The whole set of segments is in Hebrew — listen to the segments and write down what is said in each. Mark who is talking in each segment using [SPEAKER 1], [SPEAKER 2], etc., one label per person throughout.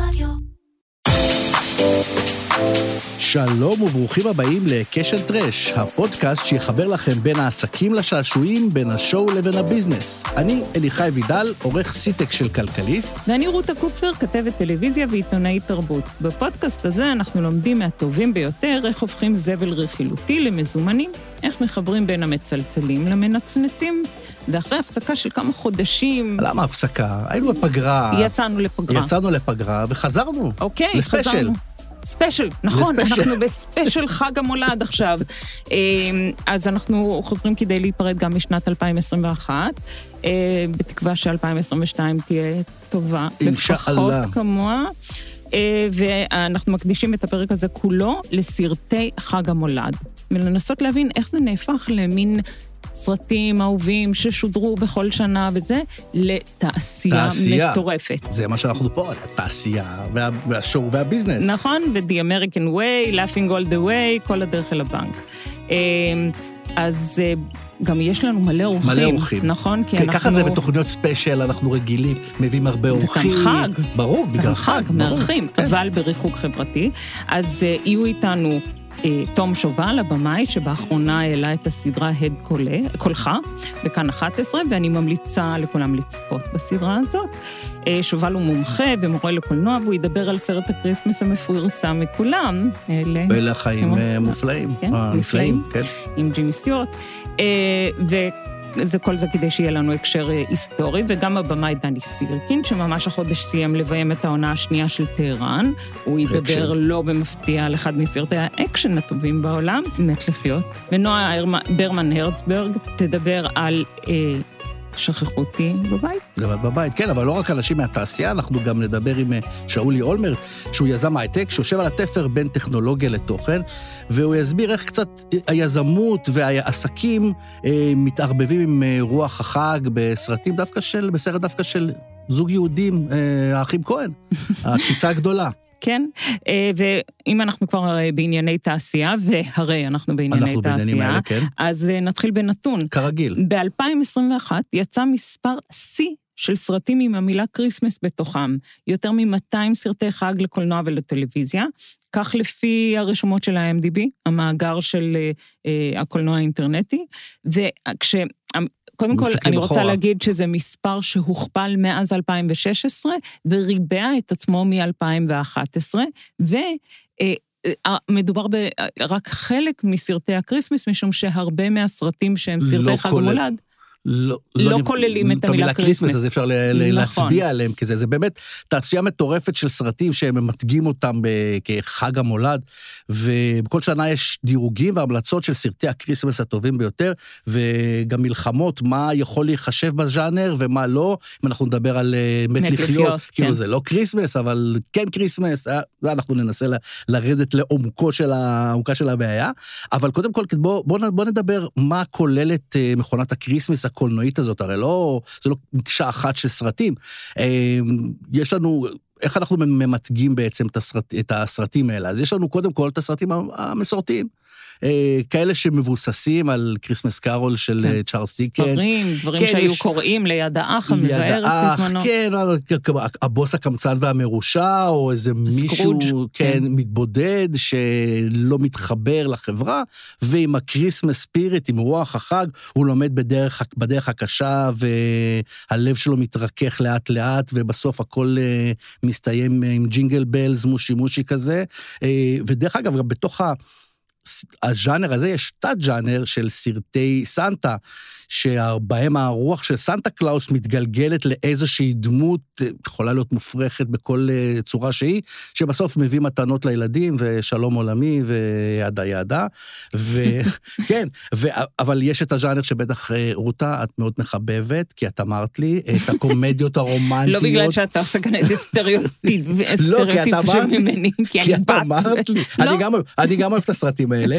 [SPEAKER 1] רדיו.
[SPEAKER 2] שלום וברוכים הבאים לקשן טרש, הפודקאסט שיחבר לכם בין העסקים לשעשועים, בין השואו לבין הביזנס. אני אליחי וידל, עורך סיטק של כלכליסט.
[SPEAKER 3] ואני רותה קופפר, כתבת טלוויזיה ועיתונאית תרבות. בפודקאסט הזה אנחנו לומדים מהטובים ביותר איך הופכים זבל רכילותי למזומנים, איך מחברים בין המצלצלים למנצנצים, ואחרי הפסקה של כמה חודשים...
[SPEAKER 2] למה הפסקה? היינו בפגרה.
[SPEAKER 3] יצאנו לפגרה
[SPEAKER 2] וחזרנו.
[SPEAKER 3] אוקיי,
[SPEAKER 2] לספיישל.
[SPEAKER 3] חזרנו. ספיישל, נכון, אנחנו בספיישל חג המולד עכשיו. אז אנחנו חוזרים כדי להיפרד גם בשנת 2021, בתקווה ש-2022 תהיה טובה, לפחות כמוה, ואנחנו מקדישים את הפרק הזה כולו לסרטי חג המולד, ולנסות להבין איך זה נהפך למין סרטים אהובים ששודרו בכל שנה וזה, לתעשייה מטורפת.
[SPEAKER 2] זה מה שאנחנו פה, התעשייה והשואו והביזנס.
[SPEAKER 3] נכון, ו-The American Way, Laughing All the Way, כל הדרך אל הבנק. אז גם יש לנו מלא אורחים. נכון? כי
[SPEAKER 2] ככה זה בתוכניות ספיישל, אנחנו רגילים, מביאים הרבה אורחים.
[SPEAKER 3] זה גם חג.
[SPEAKER 2] ברור, בגלל חג.
[SPEAKER 3] מארחים, אבל בריחוק חברתי. אז יהיו איתנו תום שובל, הבמאי, שבאחרונה העלה את הסדרה הד קולך, בכאן 11, ואני ממליצה לכולם לצפות בסדרה הזאת. שובל הוא מומחה ומורה לקולנוע, והוא ידבר על סרט הקריסמס המפורסם מכולם.
[SPEAKER 2] אלה החיים מופלאים. נפלאים, כן.
[SPEAKER 3] עם ג'ימי סטיוארט. זה כל זה כדי שיהיה לנו הקשר היסטורי, וגם הבמאי דני סירקין, שממש החודש סיים לביים את העונה השנייה של טהרן. הוא ידבר לא במפתיע על אחד מסרטי האקשן הטובים בעולם, מת לחיות. ונועה ברמן הרצברג תדבר על שכחו אותי בבית.
[SPEAKER 2] לבד בבית, כן, אבל לא רק אנשים מהתעשייה, אנחנו גם נדבר עם שאולי אולמרט, שהוא יזם הייטק, שיושב על התפר בין טכנולוגיה לתוכן, והוא יסביר איך קצת היזמות והעסקים מתערבבים עם רוח החג בסרטים בסרט דווקא של זוג יהודים, האחים כהן, הקפיצה הגדולה.
[SPEAKER 3] כן, ואם אנחנו כבר בענייני תעשייה, והרי אנחנו בענייני תעשייה, אז נתחיל בנתון.
[SPEAKER 2] כרגיל.
[SPEAKER 3] ב-2021 יצא מספר C של סרטים עם המילה קריסמס בתוכם, יותר מ-200 סרטי חג לקולנוע ולטלוויזיה, כך לפי הרשומות של ה-MDB, המאגר של הקולנוע האינטרנטי, קודם כל, אני רוצה להגיד שזה מספר שהוכפל מאז 2016, וריבע את עצמו מ-2011, ומדובר רק חלק מסרטי הקריסמס, משום שהרבה מהסרטים שהם סרטי חג המולד, לא כוללים את המילה קריסמס.
[SPEAKER 2] אז אפשר להצביע עליהם, כי זה באמת תעשייה מטורפת של סרטים שהם ממתגים אותם כחג המולד, ובכל שנה יש דירוגים והמלצות של סרטי הקריסמס הטובים ביותר, וגם מלחמות, מה יכול להיחשב בז'אנר ומה לא, אם אנחנו נדבר על מת לחיות, כאילו זה לא קריסמס, אבל כן קריסמס, אנחנו ננסה לרדת לעומקה של הבעיה, אבל קודם כל בוא נדבר מה כוללת מכונת הקריסמס הקולנועית הזאת, הרי זה לא מקשה אחת של סרטים. יש לנו, איך אנחנו ממתגים בעצם את הסרטים האלה? אז יש לנו קודם כל את הסרטים המסורתיים, כאלה שמבוססים על קריסמס קארול של צ'ארלס דיקנס.
[SPEAKER 3] ספרים, דברים שהיו קוראים ליד האח המבארת בזמנו.
[SPEAKER 2] כן, הבוס הקמצן והמרושע, או איזה מישהו מתבודד שלא מתחבר לחברה, ועם הקריסמס ספיריט, עם רוח החג, הוא לומד בדרך הקשה, והלב שלו מתרכך לאט לאט, ובסוף הכל מסתיים עם ג'ינגל בלז, מושי כזה, ודרך אגב, גם בתוך הז'אנר הזה יש תת-ז'אנר של סרטי סנטה, שבהם הרוח של סנטה קלאוס מתגלגלת לאיזושהי דמות, יכולה להיות מופרכת בכל צורה שהיא, שבסוף מביא מתנות לילדים, ושלום עולמי, וידה ידה, כן, אבל יש את הז'אנר שבטח רותה, את מאוד מחבבת, כי את אמרת לי, את הקומדיות הרומנטיות.
[SPEAKER 3] לא בגלל שאתה עושה כאן איזה סטריאוטיפ של ממני, כי
[SPEAKER 2] את אמרת לי, אני גם אוהב את הסרטים האלה,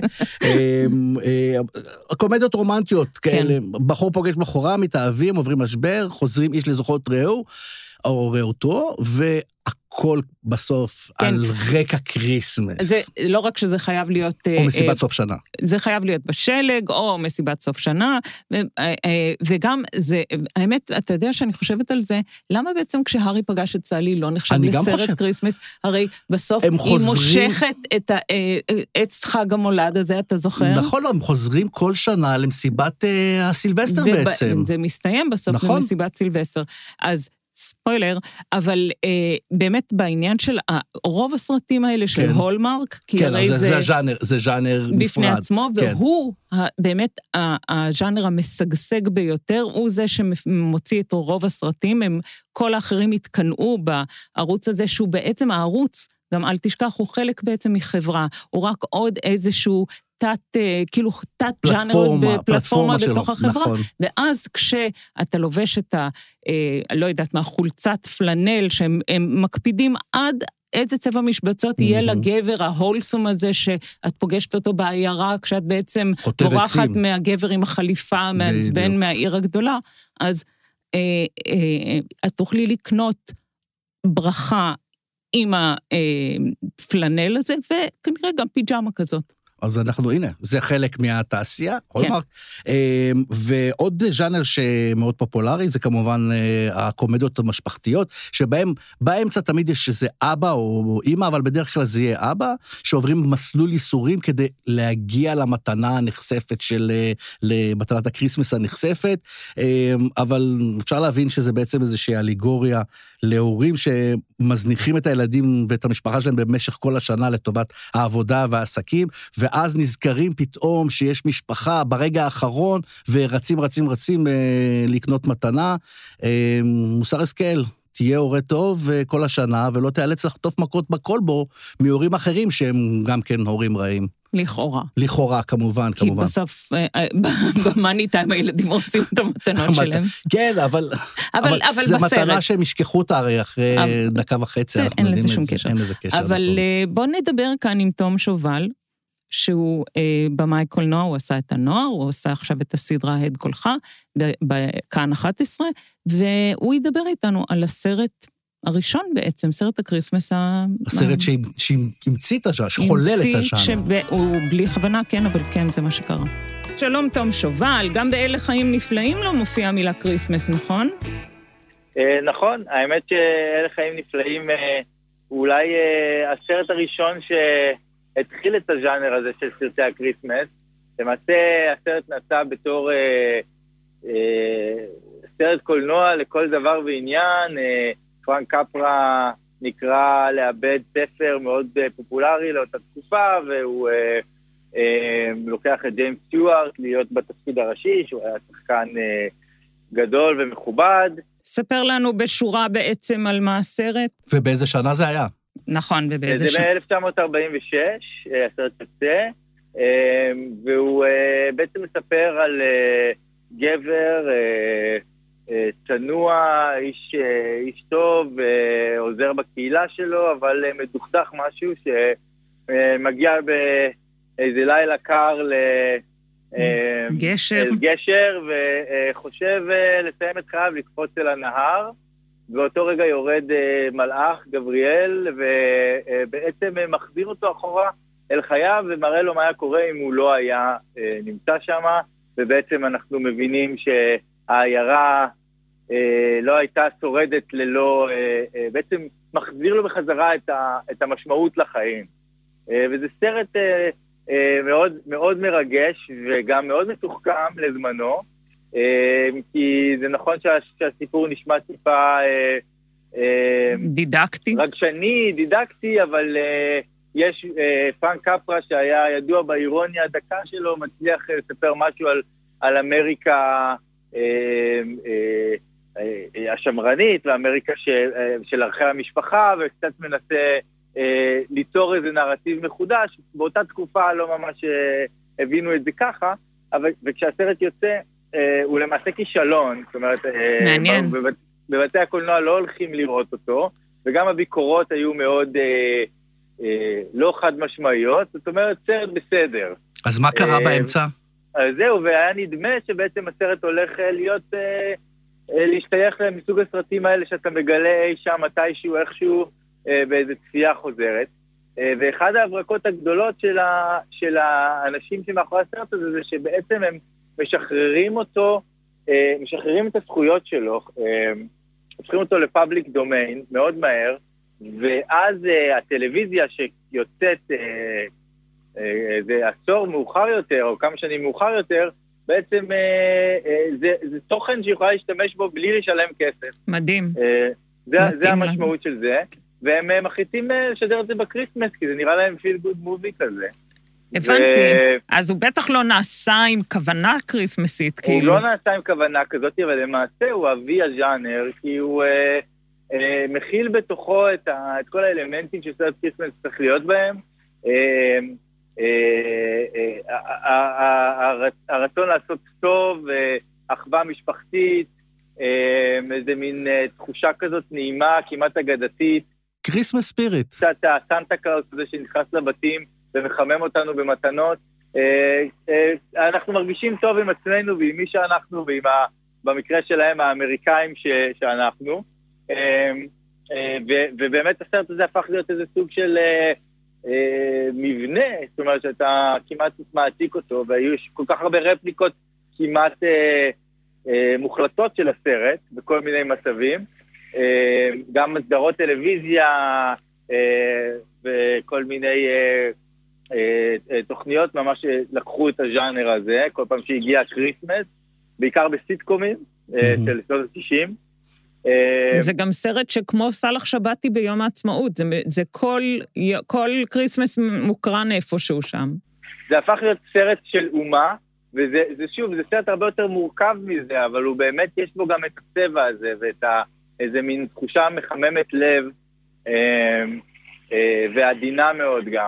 [SPEAKER 2] הקומדיות רומנטיות כאלה, בחור פוגש בחורה, מתאהבים, עוברים משבר, חוזרים איש לזוכות רעהו, או רעותו, הכל בסוף על רקע קריסמס.
[SPEAKER 3] זה לא רק שזה חייב להיות...
[SPEAKER 2] או מסיבת סוף שנה.
[SPEAKER 3] זה חייב להיות בשלג, או מסיבת סוף שנה, וגם זה, האמת, אתה יודע שאני חושבת על זה, למה בעצם כשהארי פגש את סלי לא נחשב לסרט קריסמס? הרי בסוף היא מושכת את עץ חג המולד הזה, אתה זוכר?
[SPEAKER 2] נכון, הם חוזרים כל שנה למסיבת הסילבסטר בעצם.
[SPEAKER 3] זה מסתיים בסוף למסיבת סילבסטר. אז ספוילר, אבל באמת בעניין של רוב הסרטים האלה של הולמרק, כי הרי
[SPEAKER 2] זה ז'אנר
[SPEAKER 3] בפני עצמו, והוא באמת הז'אנר המשגשג ביותר, הוא זה שמוציא את רוב הסרטים, כל האחרים התקנאו בערוץ הזה, שהוא בעצם הערוץ, גם אל תשכח, הוא חלק בעצם מחברה, הוא רק עוד איזשהו כאילו תת ז'אנר בפלטפורמה בתוך החברה, ואז כשאתה לובש את לא יודעת מה, חולצת פלנל, שהם מקפידים עד איזה צבע משבצות יהיה לגבר ההולסום הזה, שאת פוגשת אותו בעיירה, כשאת בעצם בורחת מהגבר עם החליפה, מעצבן מהעיר הגדולה, אז את תוכלי לקנות ברכה עם הפלנל הזה, וכנראה גם פיג'מה כזאת.
[SPEAKER 2] אז אנחנו, הנה, זה חלק מהתעשייה, ועוד ז'אנר שמאוד פופולרי, זה כמובן הקומדיות המשפחתיות, שבהם באמצע תמיד יש איזה אבא או אמא, אבל בדרך כלל זה יהיה אבא, שעוברים מסלול ייסורים כדי להגיע למתנה הנחשפת למתנת הקריסמס הנחשפת, אבל אפשר להבין שזה בעצם איזושהי אליגוריה להורים שמזניחים את הילדים ואת המשפחה שלהם במשך כל השנה לטובת העבודה והעסקים, ואז נזכרים פתאום שיש משפחה ברגע האחרון, ורצים לקנות מתנה. מוסר השכל, תהיה הורה טוב כל השנה, ולא תיאלץ לחטוף מכות בקולבו מהורים אחרים שהם גם כן הורים רעים. לכאורה, כמובן.
[SPEAKER 3] כי בסוף, במאני טיים הילדים רוצים את המתנות שלהם.
[SPEAKER 2] כן, אבל זה מתנה שהם ישכחו אותה הרי אחרי דקה וחצי.
[SPEAKER 3] אין לזה שום קשר. אבל בוא נדבר כאן עם תום שובל, שהוא במאי קולנוע, הוא עשה את הנוער, הוא עושה עכשיו את הסדרה הד קולך, בכאן 11, והוא ידבר איתנו על הסרט הראשון בעצם, סרט הקריסמס
[SPEAKER 2] הסרט שהמציא את השעה, שחולל את השעה.
[SPEAKER 3] הוא בלי כוונה, כן, אבל כן, זה מה שקרה. שלום תום שובל, גם באלה חיים נפלאים לא מופיעה המילה קריסמס, נכון?
[SPEAKER 1] נכון, האמת שאלה חיים נפלאים, אולי הסרט הראשון שהתחיל את הז'אנר הזה של סרטי הקריסמס, למעשה הסרט נעשה בתור סרט קולנוע לכל דבר ועניין, פרנק קפרה נקרא לאבד ספר מאוד פופולרי לאותה תקופה, והוא לוקח את ג'יימס סטיוארט להיות בתפקיד הראשי, שהוא היה שחקן גדול ומכובד.
[SPEAKER 3] ספר לנו בשורה בעצם על מה הסרט.
[SPEAKER 2] ובאיזה שנה זה היה?
[SPEAKER 3] נכון, ובאיזה שנה.
[SPEAKER 1] זה ב-1946, הסרט יוצא, והוא בעצם מספר על גבר צנוע, איש טוב, עוזר בקהילה שלו, אבל מדוכדך משהו שמגיע באיזה לילה קר לגשר, וחושב לסיים את חייו, לקפוץ אל הנהר, באותו רגע יורד מלאך, גבריאל, ובעצם מחזיר אותו אחורה אל חייו, ומראה לו מה היה קורה אם הוא לא היה נמצא שם, ובעצם אנחנו מבינים שהעיירה לא הייתה שורדת ללא, בעצם מחזיר לו בחזרה את המשמעות לחיים. וזה סרט מאוד, מאוד מרגש, וגם מאוד מתוחכם לזמנו, כי זה נכון שהסיפור נשמע טיפה
[SPEAKER 3] דידקטי.
[SPEAKER 1] רגשני, דידקטי, אבל יש פרנק קפרה שהיה ידוע באירוניה הדקה שלו, מצליח לספר משהו על אמריקה השמרנית, ואמריקה של ערכי המשפחה, וקצת מנסה ליצור איזה נרטיב מחודש. באותה תקופה לא ממש הבינו את זה ככה, וכשהסרט יוצא, הוא למעשה כישלון, זאת אומרת,
[SPEAKER 3] מעניין.
[SPEAKER 1] בבתי הקולנוע לא הולכים לראות אותו, וגם הביקורות היו מאוד לא חד משמעיות, זאת אומרת, סרט בסדר.
[SPEAKER 2] אז מה קרה באמצע?
[SPEAKER 1] אז זהו, והיה נדמה שבעצם הסרט הולך להשתייך מסוג הסרטים האלה שאתה מגלה אי שם מתישהו, איכשהו, באיזו צפייה חוזרת. ואחד ההברקות הגדולות של האנשים שמאחורי הסרט הזה, זה שבעצם הם משחררים אותו, משחררים את הזכויות שלו, הופכים אותו לפאבליק דומיין מאוד מהר, ואז הטלוויזיה שיוצאת זה עשור מאוחר יותר, או כמה שנים מאוחר יותר, בעצם זה תוכן שיכולה להשתמש בו בלי לשלם כסף.
[SPEAKER 3] מדהים.
[SPEAKER 1] זה המשמעות של זה, והם מחליטים לשדר את זה בקריסמס, כי זה נראה להם פיל גוד מובי כזה.
[SPEAKER 3] הבנתי, אז הוא בטח לא נעשה עם כוונה קריסמסית, כאילו.
[SPEAKER 1] הוא לא נעשה עם כוונה כזאת, אבל למעשה הוא אבי הז'אנר, כי הוא מכיל בתוכו את כל האלמנטים שסרט קריסמס צריך להיות בהם, הרצון לעשות טוב, אחווה משפחתית, איזה מין תחושה כזאת נעימה, כמעט אגדתית.
[SPEAKER 2] קריסמס ספיריט.
[SPEAKER 1] קצת הסנטה קלאוס הזה שנכנס לבתים ומחמם אותנו במתנות. אנחנו מרגישים טוב עם עצמנו ועם מי שאנחנו, ועם במקרה שלהם האמריקאים שאנחנו. ובאמת הסרט הזה הפך להיות איזה סוג של מבנה, זאת אומרת שאתה כמעט מעתיק אותו, והיו כל כך הרבה רפליקות כמעט מוחלטות של הסרט, בכל מיני מצבים, גם מסדרות טלוויזיה וכל מיני תוכניות ממש לקחו את הז'אנר הזה, כל פעם שהגיע קריסמס, בעיקר בסיטקומים של שנות ה-90.
[SPEAKER 3] זה גם סרט שכמו סלח שבתי ביום העצמאות, זה כל קריסמס מוקרן איפשהו שם.
[SPEAKER 1] זה הפך להיות סרט של אומה, וזה שוב, זה סרט הרבה יותר מורכב מזה, אבל הוא באמת, יש בו גם את הצבע הזה, ואת איזה מין תחושה מחממת לב, ועדינה מאוד גם.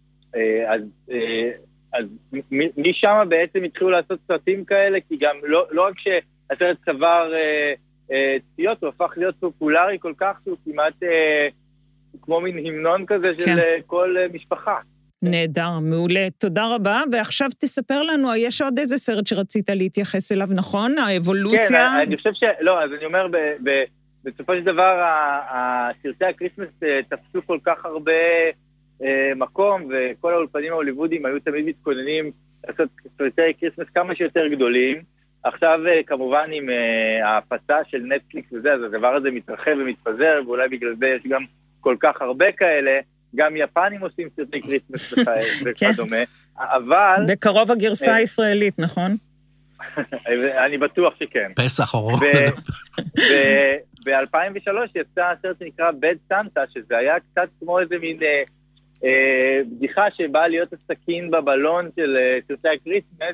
[SPEAKER 1] אז משם בעצם התחילו לעשות סרטים כאלה, כי גם לא רק שהסרט צבר צפיות, הוא הפך להיות פופולרי כל כך, שהוא כמעט כמו מין המנון כזה של כל משפחה.
[SPEAKER 3] נהדר, מעולה, תודה רבה, ועכשיו תספר לנו, יש עוד איזה סרט שרצית להתייחס אליו, נכון? האבולוציה?
[SPEAKER 1] כן, אני חושב לא, אז אני אומר, בסופו של דבר, סרטי הקריסמס תפסו כל כך הרבה מקום, וכל האולפנים ההוליוודיים היו תמיד מתכוננים לעשות סרטי קריסמס כמה שיותר גדולים. עכשיו, כמובן, עם ההפצה של נטפליקס וזה, אז הדבר הזה מתרחב ומתפזר, ואולי בגלל זה יש גם כל כך הרבה כאלה, גם יפנים עושים סרטי קריסמס וכדומה, אבל...
[SPEAKER 3] בקרוב הגרסה הישראלית, נכון?
[SPEAKER 1] אני בטוח שכן.
[SPEAKER 2] פסח אורון.
[SPEAKER 1] ב-2003 יצא סרט שנקרא Bad Santa, שזה היה קצת כמו איזה מין בדיחה שבאה להיות הסכין בבלון של סרטי הקריסמס,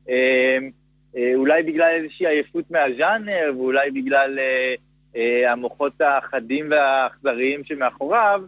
[SPEAKER 1] אולי בגלל איזושהי עייפות מהז'אנר, ואולי בגלל המוחות החדים והאכזריים שמאחוריו,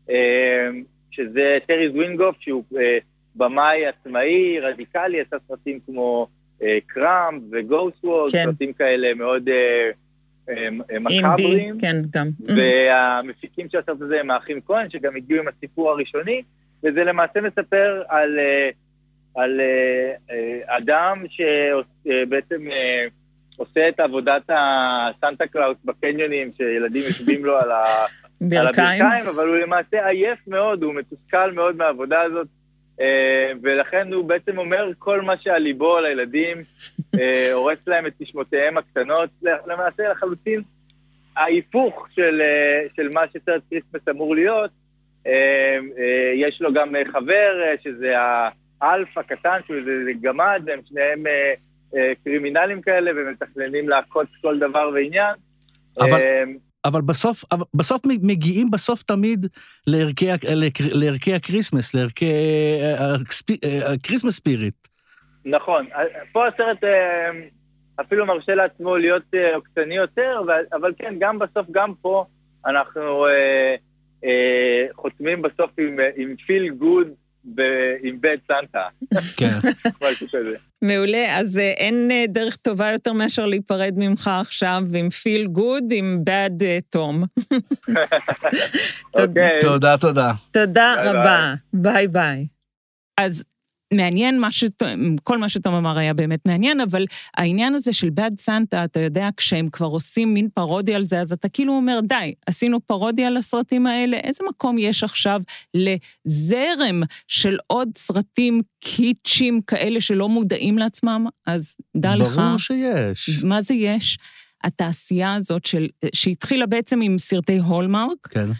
[SPEAKER 1] שזה טרי זווינגוף, שהוא במאי עצמאי, רדיקלי, עשה סרטים כמו קראמפ וגוסט וורלד, סרטים כאלה מאוד מקאברים.
[SPEAKER 3] כן, גם.
[SPEAKER 1] והמפיקים של הסרט הזה הם האחים כהן, שגם הגיעו עם הסיפור הראשוני, וזה למעשה מספר על אדם שבעצם עושה את עבודת הסנטה קלאוס בקניונים, שילדים יושבים לו על הברכיים, אבל הוא למעשה עייף מאוד, הוא מתוסכל מאוד מהעבודה הזאת, ולכן הוא בעצם אומר כל מה שעל ליבו לילדים, הורס להם את נשמותיהם הקטנות, למעשה לחלוטין ההיפוך של מה שסרט קריסמס אמור להיות. יש לו גם חבר שזה האלף הקטן, שזה גמד, הם שניהם קרימינלים כאלה, ומתכננים לעקוץ כל דבר ועניין.
[SPEAKER 2] אבל בסוף מגיעים בסוף תמיד לערכי הקריסמס, לערכי הקריסמס ספיריט.
[SPEAKER 1] נכון, פה הסרט אפילו מרשה לעצמו להיות עוקצני יותר, אבל כן, גם בסוף, גם פה אנחנו חותמים בסוף עם פיל גוד, עם בד סנטה.
[SPEAKER 2] כן.
[SPEAKER 3] מעולה, אז אין דרך טובה יותר מאשר להיפרד ממך עכשיו, עם פיל גוד, עם בד תום.
[SPEAKER 2] תודה.
[SPEAKER 3] תודה רבה. ביי ביי. אז מעניין, כל מה שאתה אמר היה באמת מעניין, אבל העניין הזה של בד סנטה, אתה יודע, כשהם כבר עושים מין פרודיה על זה, אז אתה כאילו אומר, די, עשינו פרודיה לסרטים האלה, איזה מקום יש עכשיו לזרם של עוד סרטים קיצ'ים כאלה שלא מודעים לעצמם? אז דע לך.
[SPEAKER 2] ברור שיש.
[SPEAKER 3] מה זה יש? התעשייה הזאת שהתחילה בעצם עם סרטי הולמרק,
[SPEAKER 2] כן.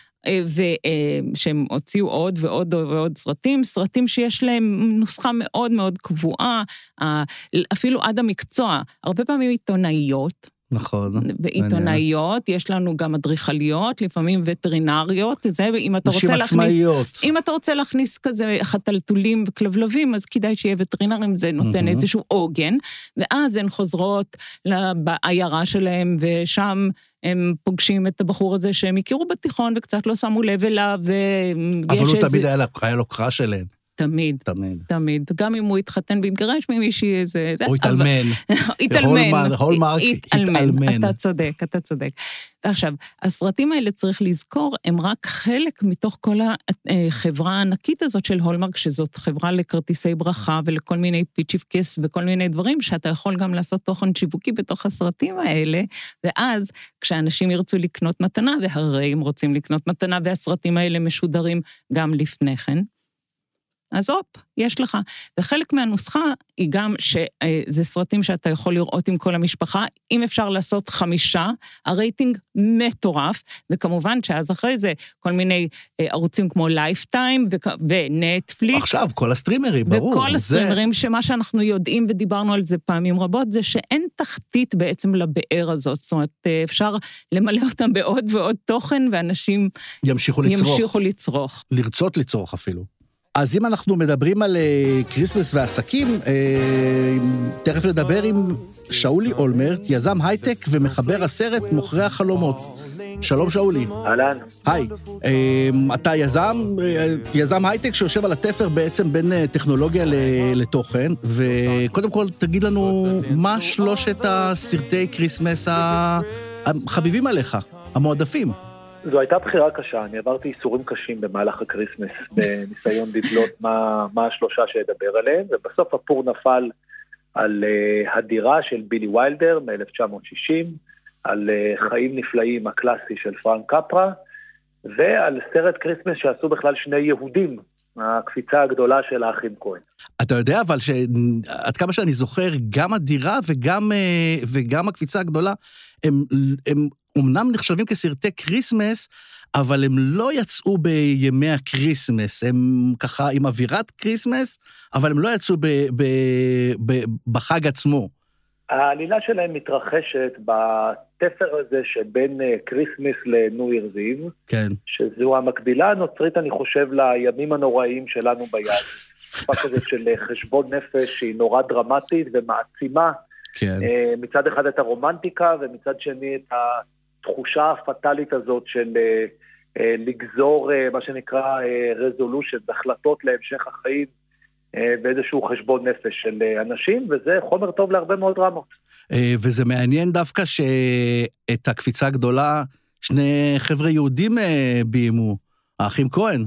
[SPEAKER 3] ושהם הוציאו עוד ועוד ועוד סרטים שיש להם נוסחה מאוד מאוד קבועה, אפילו עד המקצוע, הרבה פעמים עיתונאיות.
[SPEAKER 2] נכון.
[SPEAKER 3] ועיתונאיות, יש לנו גם אדריכליות, לפעמים וטרינריות, זה, אם אתה רוצה להכניס, אם אתה רוצה להכניס כזה חתלתולים וכלבלבים, אז כדאי שיהיה וטרינרים, זה נותן איזשהו עוגן, ואז הן חוזרות בעיירה שלהם, ושם הם פוגשים את הבחור הזה שהם הכירו בתיכון, וקצת לא שמו לב אליו,
[SPEAKER 2] אבל הוא תמיד היה לו קראש אליהם.
[SPEAKER 3] תמיד. גם אם הוא התחתן והתגרש ממישהי איזה...
[SPEAKER 2] או התאלמן. הולמרק התאלמן.
[SPEAKER 3] אתה צודק. ועכשיו, הסרטים האלה צריך לזכור, הם רק חלק מתוך כל החברה הענקית הזאת של הולמרק, שזאת חברה לכרטיסי ברכה ולכל מיני פיצ'יפקס וכל מיני דברים, שאתה יכול גם לעשות תוכן שיווקי בתוך הסרטים האלה, ואז כשאנשים ירצו לקנות מתנה, והרי הם רוצים לקנות מתנה, והסרטים האלה משודרים גם לפני כן, אז יש לך. וחלק מהנוסחה היא גם שזה סרטים שאתה יכול לראות עם כל המשפחה, אם אפשר לעשות 5, הרייטינג מטורף, וכמובן שאז אחרי זה כל מיני ערוצים כמו לייפטיים ונטפליקס.
[SPEAKER 2] עכשיו, כל הסטרימרים, ברור.
[SPEAKER 3] וכל הסטרימרים, שמה שאנחנו יודעים ודיברנו על זה פעמים רבות, זה שאין תחתית בעצם לבאר הזאת, זאת אומרת, אפשר למלא אותם בעוד ועוד תוכן, ואנשים ימשיכו לצרוך.
[SPEAKER 2] לרצות לצרוך אפילו. אז אם אנחנו מדברים על קריסמס ועסקים, תכף נדבר עם שאולי אולמרט, יזם הייטק ומחבר הסרט מוכרי החלומות. שלום שאולי.
[SPEAKER 1] אהלן.
[SPEAKER 2] היי, אתה יזם הייטק שיושב על התפר בעצם בין טכנולוגיה לתוכן, וקודם כל תגיד לנו מה 3 הסרטי קריסמס החביבים עליך, המועדפים.
[SPEAKER 1] זו הייתה בחירה קשה, אני עברתי איסורים קשים במהלך הקריסמס, בניסיון לדלות מה 3 שידבר עליהם, ובסוף הפור נפל על הדירה של בילי ויילדר מ-1960, על חיים נפלאים הקלאסי של פרנק קפרה, ועל סרט קריסמס שעשו בכלל 2 יהודים, הקפיצה הגדולה של האחים כהן.
[SPEAKER 2] אתה יודע אבל עד כמה שאני זוכר, גם הדירה וגם הקפיצה הגדולה, הם אמנם נחשבים כסרטי קריסמס, אבל הם לא יצאו בימי הקריסמס, הם ככה עם אווירת קריסמס, אבל הם לא יצאו בחג עצמו.
[SPEAKER 1] העלילה שלהם מתרחשת בתפר הזה שבין קריסמס לניו יר'ס איב,
[SPEAKER 2] כן.
[SPEAKER 1] שזו המקבילה הנוצרית, אני חושב, לימים הנוראים שלנו ביד. תקופה כזאת של חשבון נפש שהיא נורא דרמטית ומעצימה,
[SPEAKER 2] כן.
[SPEAKER 1] מצד אחד את הרומנטיקה, ומצד שני את התחושה הפטלית הזאת של לגזור מה שנקרא resolution, החלטות להמשך החיים, באיזשהו חשבון נפש של אנשים, וזה חומר טוב להרבה מאוד דרמות.
[SPEAKER 2] וזה מעניין דווקא שאת הקפיצה הגדולה 2 חבר'ה יהודים ביימו, האחים כהן.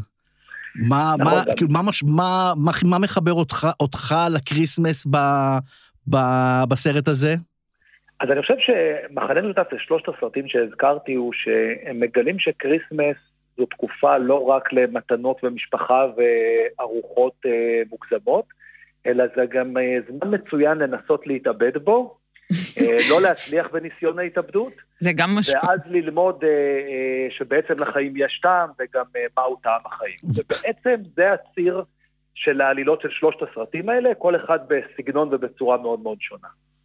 [SPEAKER 2] מה מחבר אותך לקריסמס בסרט הזה?
[SPEAKER 1] אז אני חושב שמחנה משותף ל3 הסרטים שהזכרתי הוא שהם מגלים שקריסמס זו תקופה לא רק למתנות ומשפחה וארוחות מוגזמות, אלא זה גם זמן מצוין לנסות להתאבד בו, לא להצליח בניסיון ההתאבדות,
[SPEAKER 3] זה גם
[SPEAKER 1] ואז ללמוד שבעצם לחיים יש טעם וגם מהו טעם החיים. ובעצם זה הציר של העלילות של 3 הסרטים האלה, כל אחד בסגנון ובצורה מאוד מאוד שונה.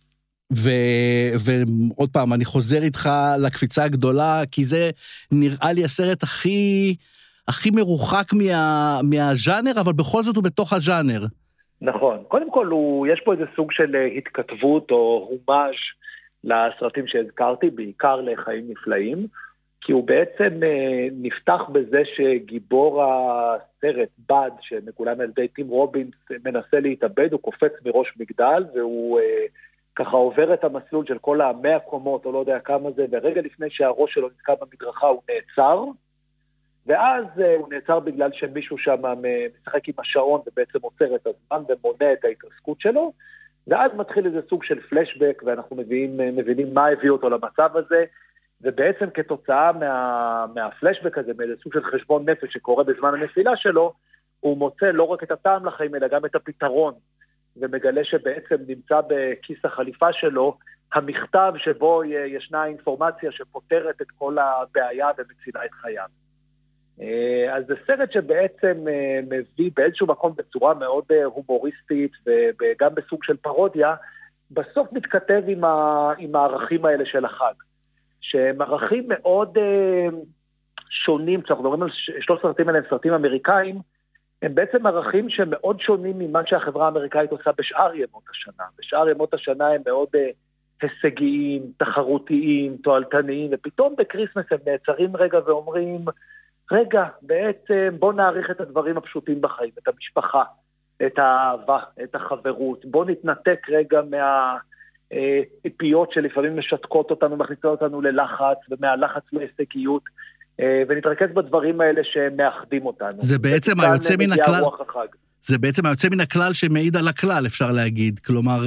[SPEAKER 2] ועוד פעם, אני חוזר איתך לקפיצה הגדולה, כי זה נראה לי הסרט הכי מרוחק מהז'אנר, אבל בכל זאת הוא בתוך הז'אנר.
[SPEAKER 1] נכון. קודם כל, יש פה איזה סוג של התכתבות או הומאז' לסרטים שהזכרתי, בעיקר לחיים נפלאים, כי הוא בעצם נפתח בזה שגיבור הסרט, בד, שמקולם על ידי טים רובינס, מנסה להתאבד, הוא קופץ מראש מגדל, והוא ככה עובר את המסלול של כל 100 קומות, או לא יודע כמה זה, ורגע לפני שהראש שלו נתקע במדרכה הוא נעצר,
[SPEAKER 4] ואז הוא נעצר בגלל שמישהו שם משחק עם השעון ובעצם עוצר את הזמן ומונע את ההתרסקות שלו, ואז מתחיל איזה סוג של פלשבק, ואנחנו מבינים מה הביא אותו למצב הזה, ובעצם כתוצאה מהפלשבק הזה, מאיזה סוג של חשבון נפש שקורה בזמן הנפילה שלו, הוא מוצא לא רק את הטעם לחיים, אלא גם את הפתרון, ומגלה שבעצם נמצא בכיס החליפה שלו, המכתב שבו ישנה אינפורמציה שפותרת את כל הבעיה ומצילה את חייו. אז זה סרט שבעצם מביא באיזשהו מקום בצורה מאוד הומוריסטית וגם בסוג של פרודיה, בסוף מתכתב עם הערכים האלה של החג, שהם ערכים מאוד שונים, כשאנחנו מדברים על שלוש סרטים האלה, הם סרטים אמריקאים, הם בעצם ערכים שמאוד שונים ממה שהחברה האמריקאית עושה בשאר ימות השנה. בשאר ימות השנה הם מאוד הישגיים, תחרותיים, תועלתניים, ופתאום בקריסמס הם נעצרים רגע ואומרים, רגע, בעצם בוא נעריך את הדברים הפשוטים בחיים, את המשפחה, את האהבה, את החברות, בוא נתנתק רגע מהציפיות שלפעמים משתקות אותנו, מכניסות אותנו ללחץ, ומהלחץ להישגיות, ונתרכז בדברים האלה שמאחדים אותנו.
[SPEAKER 2] זה בעצם היוצא מן הכלל, זה בעצם היוצא מן הכלל שמעיד על הכלל, אפשר להגיד, כלומר,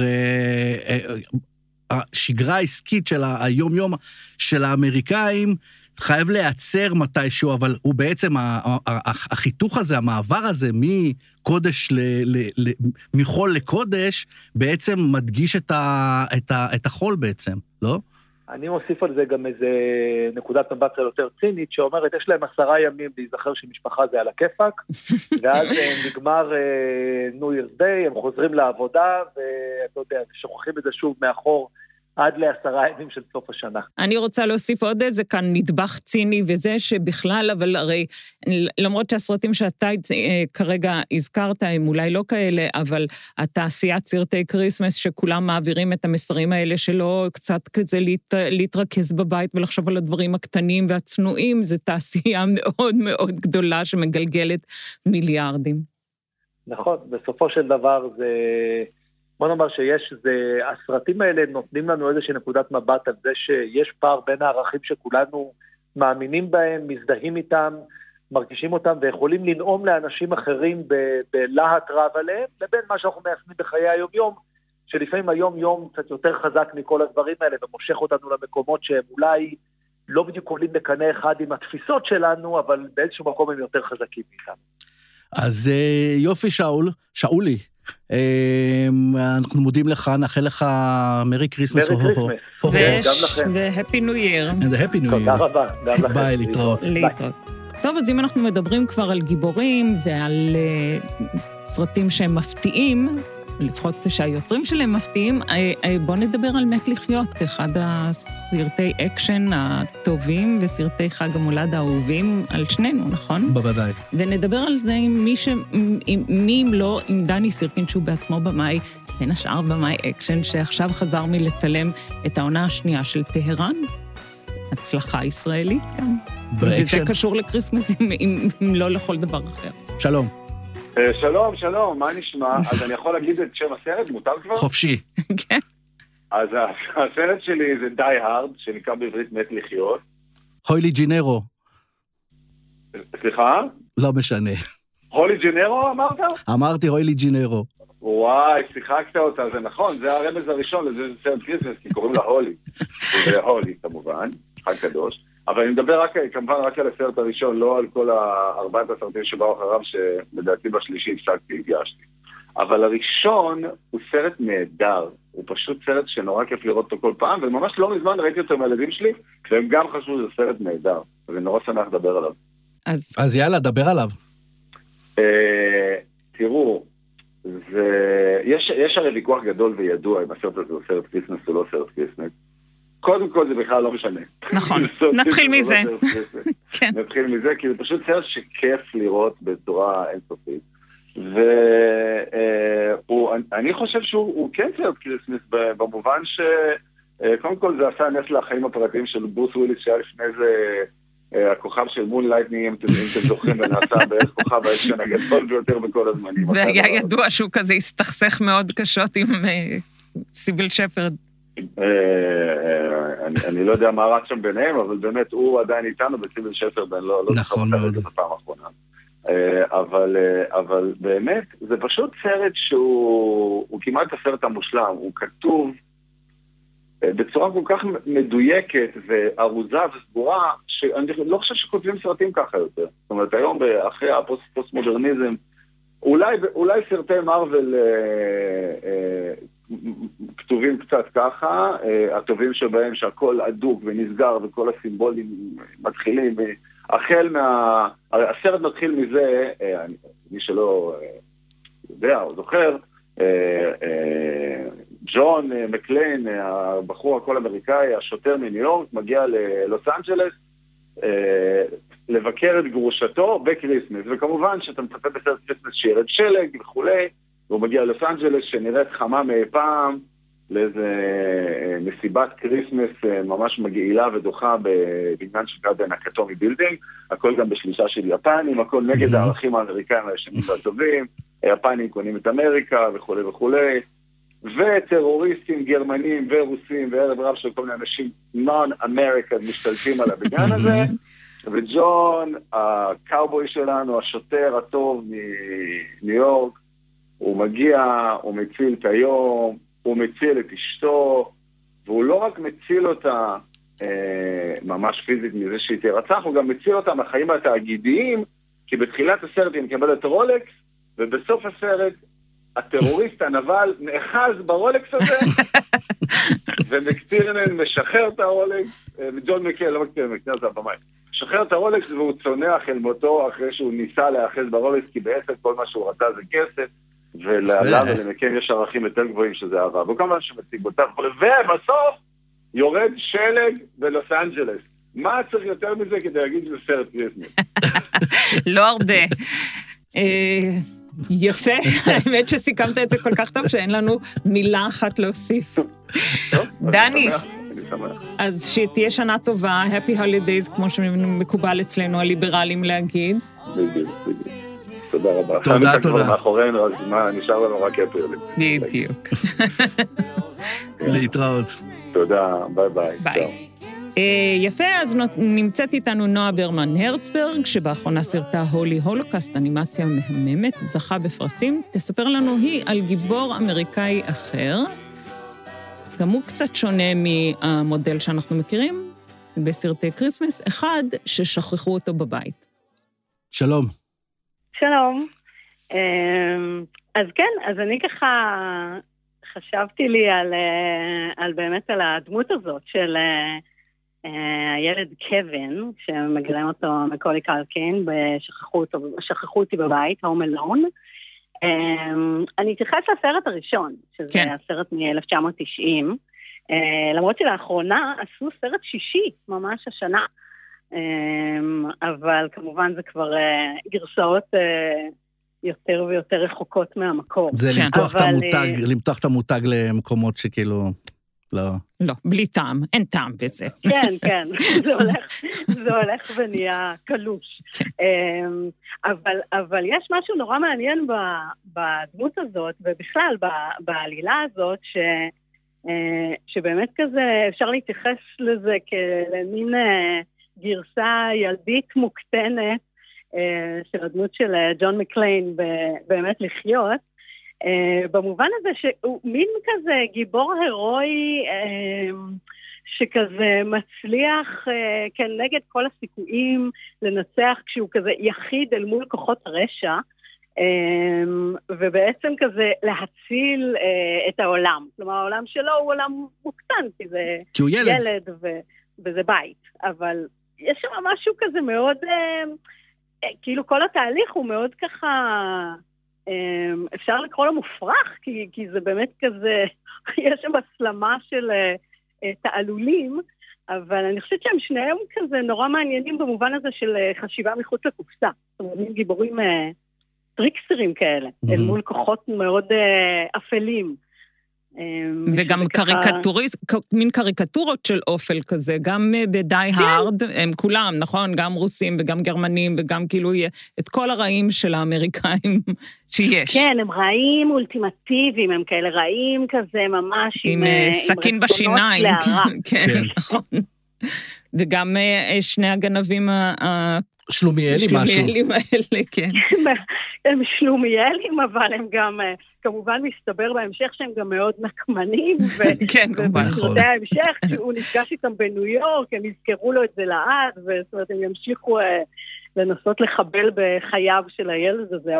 [SPEAKER 2] השגרה העסקית של היום-יום של האמריקאים, חייב להיעצר מתישהו, אבל הוא בעצם, החיתוך הזה, המעבר הזה מקודש מחול לקודש, בעצם מדגיש את החול בעצם, לא?
[SPEAKER 4] אני מוסיף על זה גם איזה נקודת מבט יותר צינית, שאומרת, יש להם 10 ימים להיזכר שמשפחה זה על הכיפק, ואז נגמר New Year's Day, הם חוזרים לעבודה, ואתה יודע, שוכחים את זה שוב מאחור, עד ל10 ימים של סוף השנה.
[SPEAKER 3] אני רוצה להוסיף עוד איזה כאן נדבך ציני, וזה שבכלל, אבל הרי, למרות שהסרטים שאתה כרגע הזכרת, הם אולי לא כאלה, אבל התעשיית סרטי קריסמס, שכולם מעבירים את המסרים האלה שלו, קצת כזה להתרכז בבית, ולחשוב על הדברים הקטנים והצנועים, זו תעשייה מאוד מאוד גדולה, שמגלגלת מיליארדים.
[SPEAKER 4] נכון, בסופו של דבר זה... בוא נאמר שיש, הסרטים האלה נותנים לנו איזושהי נקודת מבט על זה שיש פער בין הערכים שכולנו מאמינים בהם, מזדהים איתם, מרגישים אותם, ויכולים לנעום לאנשים אחרים בלהט רב עליהם, לבין מה שאנחנו מיישמים בחיי היום-יום, שלפעמים היום-יום קצת יותר חזק מכל הדברים האלה, ומושך אותנו למקומות שהם אולי לא בדיוק עולים בקנה אחד עם התפיסות שלנו, אבל באיזשהו מקום הם יותר חזקים מאיתנו.
[SPEAKER 2] אז יופי שאולי, אנחנו מודים לך, נאחל לך מרי קריסמס.
[SPEAKER 4] מרי קריסמס,
[SPEAKER 3] והפי ניו ייר.
[SPEAKER 4] תודה רבה, גם לכם.
[SPEAKER 2] ביי, להתראות.
[SPEAKER 3] טוב, אז אם אנחנו מדברים כבר על גיבורים ועל סרטים שהם מפתיעים, לפחות שהיוצרים שלהם מפתיעים, בואו נדבר על מת לחיות, אחד הסרטי אקשן הטובים וסרטי חג המולד האהובים על שנינו, נכון?
[SPEAKER 2] בוודאי.
[SPEAKER 3] ונדבר על זה עם מי אם לא, עם דני סירקין, שהוא בעצמו במאי, בין השאר במאי אקשן, שעכשיו חזר מלצלם את העונה השנייה של טהרן, הצלחה ישראלית כאן. וזה קשור לקריסמס, אם לא לכל דבר אחר.
[SPEAKER 2] שלום.
[SPEAKER 5] שלום, מה נשמע? אז אני יכול להגיד את שם הסרט, מותר כבר?
[SPEAKER 2] חופשי.
[SPEAKER 3] כן.
[SPEAKER 5] אז הסרט שלי זה די הארד, שנקרא בעברית מת לחיות.
[SPEAKER 2] הוילי ג'ינרו.
[SPEAKER 5] סליחה?
[SPEAKER 2] לא משנה.
[SPEAKER 5] הולי ג'ינרו אמרת?
[SPEAKER 2] אמרתי הוילי ג'ינרו.
[SPEAKER 5] וואי, שיחקת אותה, זה נכון, זה הרמז הראשון לזה סרט קריסמס, כי קוראים לה הולי. זה הולי כמובן, חג קדוש. אבל אני מדבר כמובן רק על הסרט הראשון, לא על כל 4 הסרטים שבאו אחריו, שלדעתי בשלישי הפסקתי, הגשתי. אבל הראשון הוא סרט נהדר, הוא פשוט סרט שנורא כיף לראות אותו כל פעם, וממש לא מזמן ראיתי אותו עם הילדים שלי, והם גם חשבו שזה סרט נהדר, ואני נורא שמח לדבר עליו.
[SPEAKER 2] אז יאללה, דבר עליו.
[SPEAKER 5] תראו, יש הרי ויכוח גדול וידוע אם הסרט הזה הוא סרט קריסמס או לא סרט קריסמס. קודם כל זה בכלל לא משנה.
[SPEAKER 3] נכון, נתחיל מזה.
[SPEAKER 5] נתחיל מזה, כי זה פשוט סרט שכיף לראות בצורה אינסופית. ואני חושב שהוא כן סרט קריסמס, במובן שקודם כל זה עשה נס לחיים הפרטיים של ברוס וויליס, שהיה לפני זה הכוכב של מון לייטנינג, אם אתם זוכרים, ונעשה בערך כוכב האקשן הגדול ביותר בכל הזמנים.
[SPEAKER 3] והיה ידוע שהוא כזה הסתכסך מאוד קשות עם סיביל שפרד.
[SPEAKER 5] אני לא יודע מה רץ שם ביניהם, אבל באמת הוא עדיין איתנו בסיבל שפרדן, לא
[SPEAKER 2] נכון מאוד.
[SPEAKER 5] את הפעם האחרונה. אבל באמת, זה פשוט סרט שהוא כמעט הסרט המושלם, הוא כתוב בצורה כל כך מדויקת וארוזה וסגורה, שאני לא חושב שכותבים סרטים ככה יותר. זאת אומרת, היום אחרי הפוסט-מודרניזם, אולי סרטי מרוול כתובים קצת ככה, הטובים שבהם שהכל עדוק ונסגר וכל הסימבולים מתחילים, החל הסרט מתחיל מזה, מי שלא יודע או זוכר, ג'ון מקליין, הבחור הכל אמריקאי, השוטר מניו יורק, מגיע ללוס אנג'לס, לבקר את גרושתו בקריסמס, וכמובן שאתה מצפה בסרט קריסמס שירד שלג וכולי, והוא מגיע ללוס אנג'לס שנראית חמה מאי פעם, לאיזה מסיבת קריסמס ממש מגעילה ודוחה בבניין שקרה בנקטומי בילדינג, הכל גם בשלישה של יפנים, הכל נגד הערכים האמריקאים הישנים והטובים, היפנים קונים את אמריקה וכולי וכולי, וטרוריסטים גרמנים ורוסים וערב רב של כל מיני אנשים נון-אמריקה משתלטים על הבניין הזה, וג'ון, הקאובוי שלנו, השוטר הטוב מניו יורק, הוא מגיע, הוא מציל את היום, הוא מציל את אשתו, והוא לא רק מציל אותה ממש פיזית מזה שהיא תרצח, הוא גם מציל אותה מהחיים התאגידיים, כי בתחילת הסרט היא מקבלת את הרולקס, ובסוף הסרט הטרוריסט הנבל נאחז ברולקס הזה, ומקטירנן משחרר את הרולקס, וג'ון מקל, לא מקטירנן, מקטירנן זה הבמאי, משחרר את הרולקס והוא צונח אל מותו אחרי שהוא ניסה להאחז ברולקס, כי בעצם כל מה שהוא רצה זה כסף, ולעליו ולמקם יש ערכים יותר גבוהים שזה אהבה, והוא כמובן שמציג אותה, ובסוף יורד שלג בלוס אנג'לס. מה צריך יותר מזה כדי להגיד שזה סרט קריסמס?
[SPEAKER 3] לא הרבה. יפה, האמת שסיכמת את זה כל כך טוב שאין לנו מילה אחת להוסיף. דני, אז שתהיה שנה טובה, Happy Holidays, כמו שמקובל אצלנו הליברלים להגיד.
[SPEAKER 5] בדיוק. תודה רבה.
[SPEAKER 2] תודה.
[SPEAKER 5] מאחורינו, אז מה, נשאר לנו רק אפרילים.
[SPEAKER 3] בדיוק.
[SPEAKER 2] להתראות.
[SPEAKER 5] תודה, ביי.
[SPEAKER 3] ביי. יפה, אז נמצאת איתנו נועה ברמן הרצברג, שבאחרונה סרטה הולי הולוקאסט, אנימציה מהממת, זכה בפרסים. תספר לנו היא על גיבור אמריקאי אחר, גם הוא קצת שונה מהמודל שאנחנו מכירים, בסרטי קריסמס, אחד ששכחו אותו בבית.
[SPEAKER 2] שלום.
[SPEAKER 6] שלום. אז כן, אז אני ככה חשבתי לי על באמת על הדמות הזאת של הילד קווין, שמגלם אותו מקולי קלקין, שכחו אותי בבית, Home Alone. אני אתייחס לסרט הראשון, שזה כן. הסרט מ-1990, למרות שלאחרונה עשו סרט שישי, ממש השנה, אבל כמובן זה כבר גרסאות יותר ויותר רחוקות מהמקור.
[SPEAKER 2] זה למתוח את המותג למקומות שכאילו...
[SPEAKER 3] לא, בלי טעם, אין טעם בזה.
[SPEAKER 6] כן, זה הולך ונהיה קלוש. אבל יש משהו נורא מעניין בדמות הזאת, ובכלל בעלילה הזאת, שבאמת כזה אפשר להתייחס לזה כמין גרסה ילדית מוקטנת, של הדמות של ג'ון מקליין באמת לחיות, במובן הזה שהוא מין כזה גיבור הרואי שכזה מצליח כנגד כל הסיכויים לנצח כשהוא כזה יחיד אל מול כוחות הרשע, ובעצם כזה להציל את העולם. כלומר, העולם שלו הוא עולם מוקטן, כי הוא ילד וזה בית. אבל יש שם משהו כזה מאוד, כאילו כל התהליך הוא מאוד ככה... אפשר לקרוא לו מופרך, כי זה באמת כזה, יש שם הסלמה של תעלולים, אבל אני חושבת שהם שניהם כזה נורא מעניינים במובן הזה של חשיבה מחוץ לקופסה. זאת אומרת, גיבורים טריקסטרים כאלה, אל מול כוחות מאוד אפלים.
[SPEAKER 3] וגם מין קריקטורות של אופל כזה, גם בדי הארד, הם כולם, נכון? גם רוסים וגם גרמנים, וגם כאילו את כל הרעים של האמריקאים שיש.
[SPEAKER 6] כן, הם רעים אולטימטיביים, הם כאלה רעים כזה ממש,
[SPEAKER 3] עם סכין בשיניים. כן, נכון. וגם שני הגנבים
[SPEAKER 2] שלומיאלים משהו.
[SPEAKER 3] שלומיאלים האלה, כן.
[SPEAKER 6] הם שלומיאלים, אבל הם גם, כמובן מסתבר בהמשך שהם גם מאוד נקמנים, ובסרטי ההמשך, כשהוא נפגש איתם בניו יורק, הם יזכרו לו את זה לעד, זאת אומרת, הם ימשיכו לנסות לחבל בחייו של הילד הזה,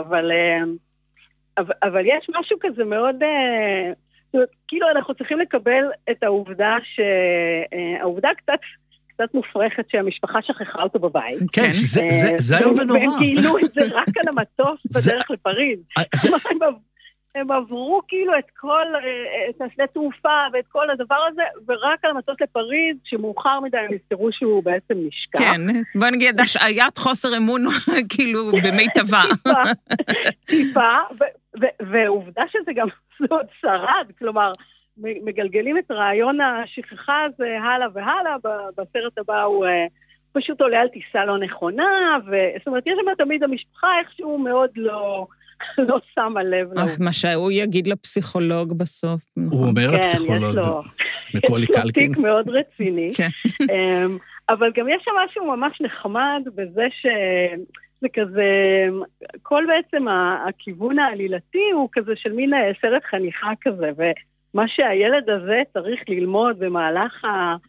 [SPEAKER 6] אבל יש משהו כזה מאוד, זאת אומרת, כאילו אנחנו צריכים לקבל את העובדה העובדה קצת מופרכת שהמשפחה שכחה אותו בבית.
[SPEAKER 2] כן, זה היום ונורא.
[SPEAKER 6] והם גילו את זה רק על המטוס בדרך לפריז. הם עברו כאילו את השדה תעופה ואת כל הדבר הזה, ורק על המטוס לפריז, שמאוחר מדי הם יזכרו שהוא בעצם נשכח.
[SPEAKER 3] כן, בוא נגיד, השעיית חוסר אמון, כאילו, במיטבה.
[SPEAKER 6] טיפה, ועובדה שזה גם עוד שרד, כלומר, מגלגלים את רעיון השכחה הזה הלאה והלאה, בסרט הבא הוא פשוט עולה על טיסה לא נכונה, זאת אומרת, יש שם תמיד המשפחה איכשהו מאוד לא שמה לב.
[SPEAKER 3] מה שהוא יגיד לפסיכולוג בסוף.
[SPEAKER 2] הוא אומר לפסיכולוג.
[SPEAKER 6] יש לו תיק מאוד רציני. אבל גם יש שם משהו ממש נחמד בזה זה כזה, כל בעצם הכיוון העלילתי הוא כזה של מין סרט חניכה כזה, ומה שהילד הזה צריך ללמוד במהלך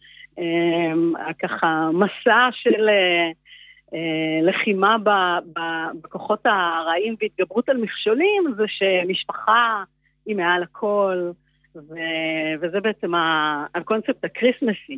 [SPEAKER 6] ככה מסע של לחימה בכוחות הרעים והתגברות על מכשולים, זה שמשפחה היא מעל הכל, וזה בעצם הקונספט הקריסמסי.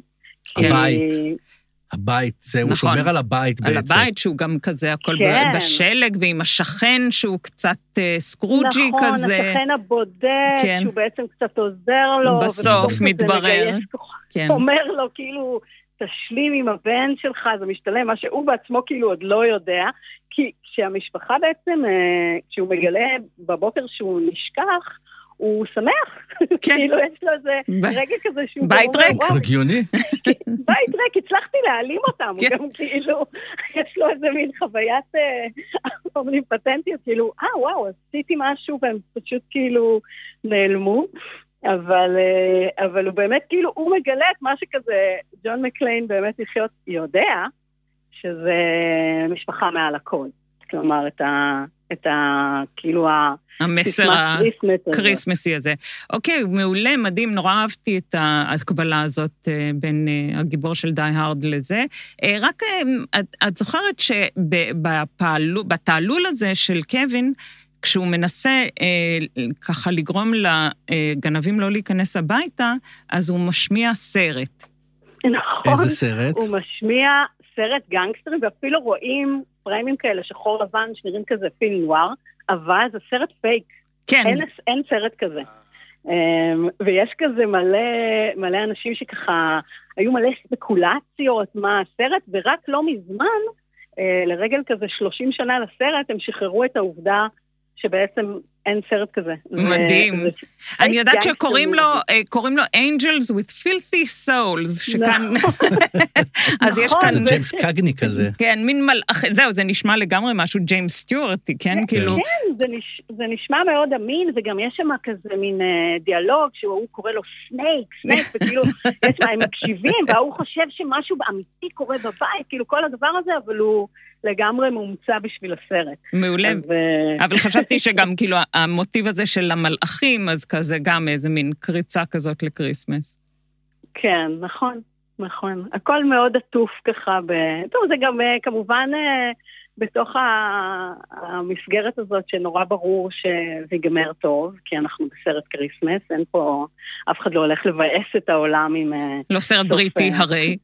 [SPEAKER 2] הבית, הוא שומר על הבית בעצם.
[SPEAKER 3] על הבית שהוא גם כזה, הכל בשלג, ועם השכן שהוא קצת סקרוג'י כזה.
[SPEAKER 6] נכון, השכן הבודד, שהוא בעצם קצת עוזר לו.
[SPEAKER 3] בסוף מתברר.
[SPEAKER 6] אומר לו כאילו, תשלים עם הבן שלך, זה משתלם, מה שהוא בעצמו כאילו עוד לא יודע, כי כשהמשפחה בעצם, כשהוא מגלה בבוקר שהוא נשכח, הוא שמח, כאילו יש לו איזה רגע כזה שהוא...
[SPEAKER 3] בית ריק.
[SPEAKER 2] רגיוני.
[SPEAKER 6] בית ריק, הצלחתי להעלים אותם, הוא גם כאילו, יש לו איזה מין חוויית אומניפטנטיות, כאילו, וואו, עשיתי משהו, והם פשוט כאילו נעלמו, אבל הוא באמת כאילו, הוא מגלה את מה שכזה, ג'ון מקליין באמת יודע, שזה משפחה מעל הכל, כלומר את כאילו
[SPEAKER 3] המסר הקריסמסי הזה. אוקיי, מעולה, מדהים, נורא אהבתי את ההקבלה הזאת בין הגיבור של די הארד לזה. רק את זוכרת שבתעלול הזה של קווין, כשהוא מנסה ככה לגרום לגנבים לא להיכנס הביתה, אז הוא משמיע סרט.
[SPEAKER 6] נכון.
[SPEAKER 2] איזה סרט?
[SPEAKER 6] הוא משמיע סרט גנגסטרים, ואפילו רואים פריימים כאלה שחור לבן שנראים כזה פיל נואר, אבל זה סרט פייק.
[SPEAKER 3] כן.
[SPEAKER 6] אין סרט כזה. ויש כזה מלא אנשים שככה, היו מלא ספקולציות מה הסרט, ורק לא מזמן, לרגל כזה 30 שנה לסרט, הם שחררו את העובדה שבעצם אין סרט כזה.
[SPEAKER 3] מדהים. אני יודעת שקוראים לו Angels with Filthy Souls, שכאן... אז יש כאן...
[SPEAKER 2] זה ג'יימס קגני כזה.
[SPEAKER 3] כן, מין מלאך... זהו, זה נשמע לגמרי משהו ג'יימס סטיוארטי, כן? כאילו...
[SPEAKER 6] כן, זה נשמע מאוד אמין, וגם יש שם כזה מין דיאלוג, שהוא קורא לו סנייק, וכאילו, הם מקשיבים, והוא חושב שמשהו אמיתי קורה בבית, כאילו כל הדבר הזה, אבל הוא... לגמרי מומצא בשביל הסרט.
[SPEAKER 3] מעולה. אבל חשבתי שגם כאילו המוטיב הזה של המלאכים, אז כזה גם איזה מין קריצה כזאת לקריסמס.
[SPEAKER 6] כן, נכון. הכל מאוד עטוף ככה. טוב, זה גם כמובן בתוך המסגרת הזאת שנורא ברור שזה ייגמר טוב, כי אנחנו בסרט קריסמס, אין פה, אף אחד לא הולך לבאס את העולם עם...
[SPEAKER 3] לא סרט בריטי הרי.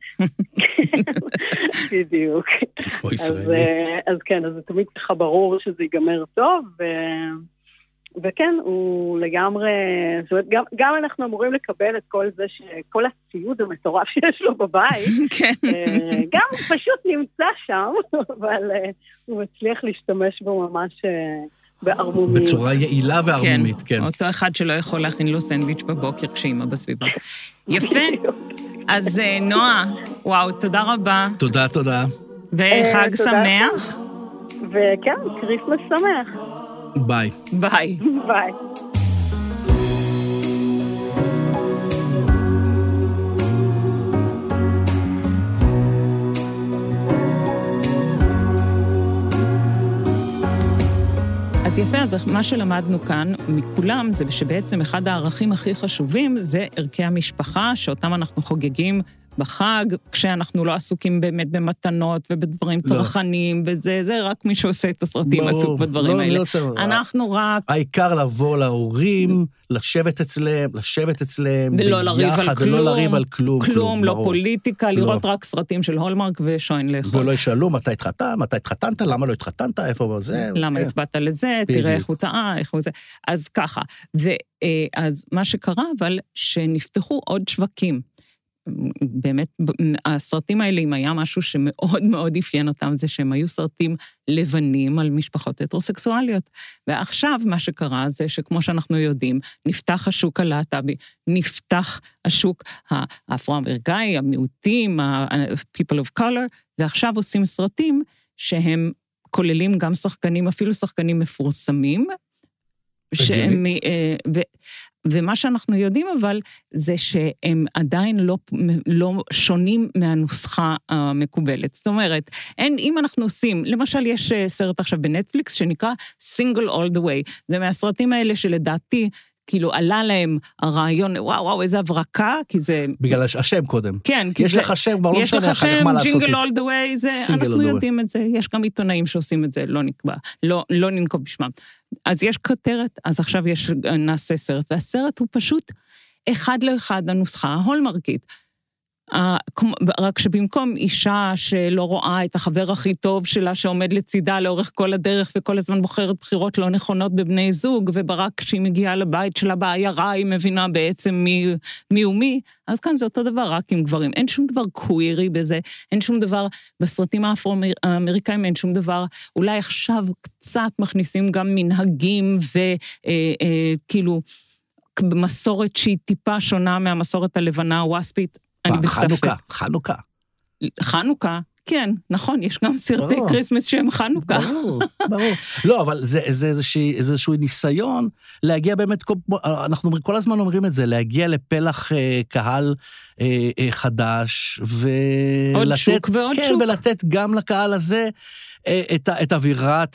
[SPEAKER 6] בדיוק. אז כן, אז זה תמיד ככה ברור שזה ייגמר טוב, וכן, הוא לגמרי, זאת אומרת, גם אנחנו אמורים לקבל את כל זה, כל הציוד המטורף שיש לו בבית, גם פשוט נמצא שם, אבל הוא מצליח להשתמש בו ממש בערמומיות.
[SPEAKER 2] בצורה יעילה וערמומית, כן.
[SPEAKER 3] אותו אחד שלא יכול להכין לו סנדוויץ' בבוקר כשאימא בסביבה. יפה. אז נועה, וואו, תודה רבה.
[SPEAKER 2] תודה.
[SPEAKER 3] וחג שמח.
[SPEAKER 6] וכן, כריסמס שמח.
[SPEAKER 2] ביי.
[SPEAKER 3] ביי.
[SPEAKER 6] ביי.
[SPEAKER 3] אז יפה, אז מה שלמדנו כאן מכולם זה שבעצם אחד הערכים הכי חשובים זה ערכי המשפחה, שאותם אנחנו חוגגים בחג, כשאנחנו לא עסוקים באמת במתנות ובדברים צרכניים, וזה רק מי שעושה את הסרטים עסוק בדברים האלה. אנחנו רק...
[SPEAKER 2] העיקר לבוא להורים, לשבת אצלם, ביחד, ולא לריב על כלום.
[SPEAKER 3] כלום, לא פוליטיקה, לראות רק סרטים של הולמרק ושוין לאכול.
[SPEAKER 2] ולא ישאלו מתי התחתנת, למה לא התחתנת, איפה זה.
[SPEAKER 3] למה הצבעת לזה, תראה איך הוא טעה, איך הוא זה. אז ככה. אז מה שקרה, אבל שנפתחו עוד שווקים. באמת, הסרטים האלה, אם היה משהו שמאוד מאוד אפיין אותם, זה שהם היו סרטים לבנים על משפחות הטרוסקסואליות. ועכשיו מה שקרה זה שכמו שאנחנו יודעים, נפתח השוק הלהט"בי, נפתח השוק האפרו-אמריקאי, המיעוטים, ה-people of color, ועכשיו עושים סרטים שהם כוללים גם שחקנים, אפילו שחקנים מפורסמים, שהם... ומה שאנחנו יודעים אבל, זה שהם עדיין לא שונים מהנוסחה המקובלת. זאת אומרת, אם אנחנו עושים, למשל יש סרט עכשיו בנטפליקס שנקרא Single All the Way, זה מהסרטים האלה שלדעתי, כאילו עלה להם הרעיון, וואו, איזה הברקה, כי זה...
[SPEAKER 2] בגלל השם קודם.
[SPEAKER 3] כן,
[SPEAKER 2] כי יש לך שם, כבר לא משנה אחר כך מה לעשות.
[SPEAKER 3] יש לך שם, Jingle All the Way, אנחנו יודעים את זה, יש גם עיתונאים שעושים את זה, לא נקבע, לא ננקוב בשמם. אז יש כותרת, אז עכשיו נעשה סרט, והסרט הוא פשוט אחד לאחד הנוסחה ההולמרקית. רק שבמקום אישה שלא רואה את החבר הכי טוב שלה שעומד לצידה לאורך כל הדרך וכל הזמן בוחרת בחירות לא נכונות בבני זוג, וברק כשהיא מגיעה לבית שלה בעיירה היא מבינה בעצם מי הוא מי, אז כאן זה אותו דבר רק עם גברים. אין שום דבר קווירי בזה, אין שום דבר בסרטים האפרו-אמריקאים, אין שום דבר, אולי עכשיו קצת מכניסים גם מנהגים וכאילו מסורת שהיא טיפה שונה מהמסורת הלבנה הווספית, חנוכה, כן, נכון, יש גם סרטי קריסמס שהם חנוכה.
[SPEAKER 2] ברור. לא, אבל זה איזשהו ניסיון להגיע באמת, אנחנו כל הזמן אומרים את זה, להגיע לפלח קהל חדש, ולתת גם לקהל הזה את אווירת